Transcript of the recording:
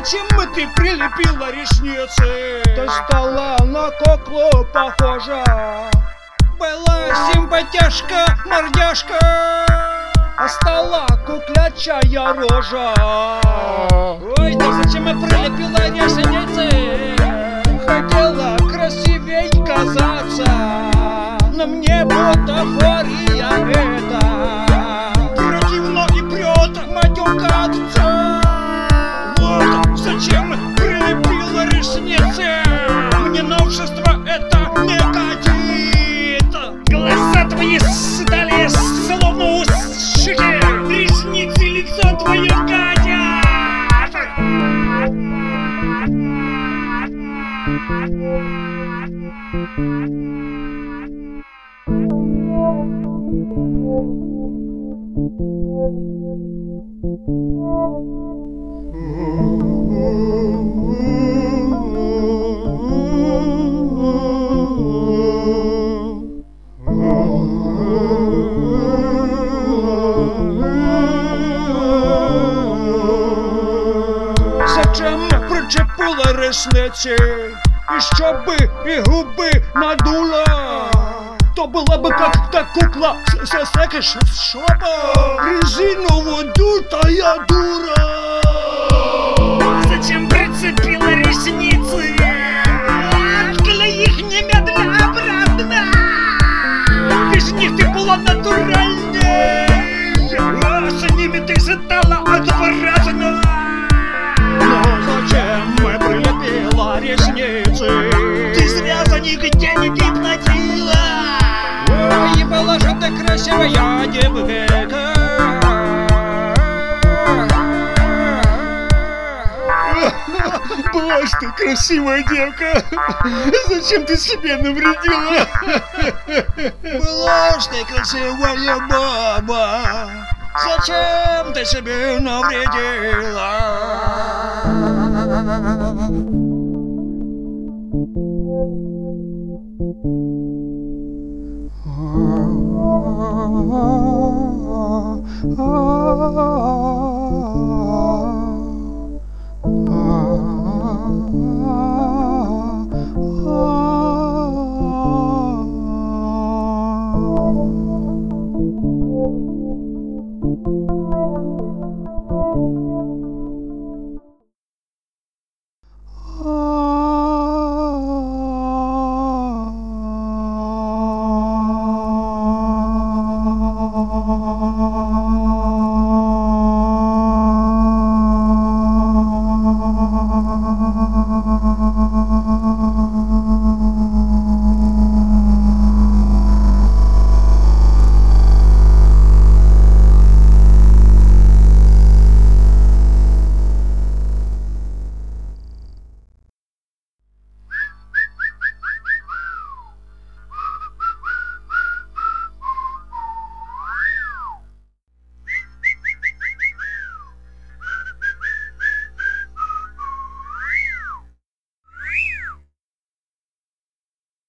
Зачем ты прилепила ресницы? Ты стала на куклу похожа. Была симпатяшка, мордяшка, а стала куклячая рожа. Ой, да зачем я прилепила ресницы? Хотела красивей казаться, но мне бутафория это. Противно и прет матюкаться. Вот зачем прилепила ресницы? Мне новшество это не катит. Глаза твои стали словно ушики, ресницы лицо твое катят. Зачем причепила ресниці? І щоби і губи надула. То была бы как та кукла с секс-шопа. Резиново дутая дура. Зачем прицепила ресницы? Отклей их немедленно обратно. Без них ты была натуральней, а с ними ты стала отвратна. Но зачем мы прилепила ресницы? Ты зря за них денег не платила. Ой, была же ты красивая девка. Была ж ты красивая девка. Зачем ты себе навредила? Была ж ты красивая баба. Зачем ты себе навредила? Ah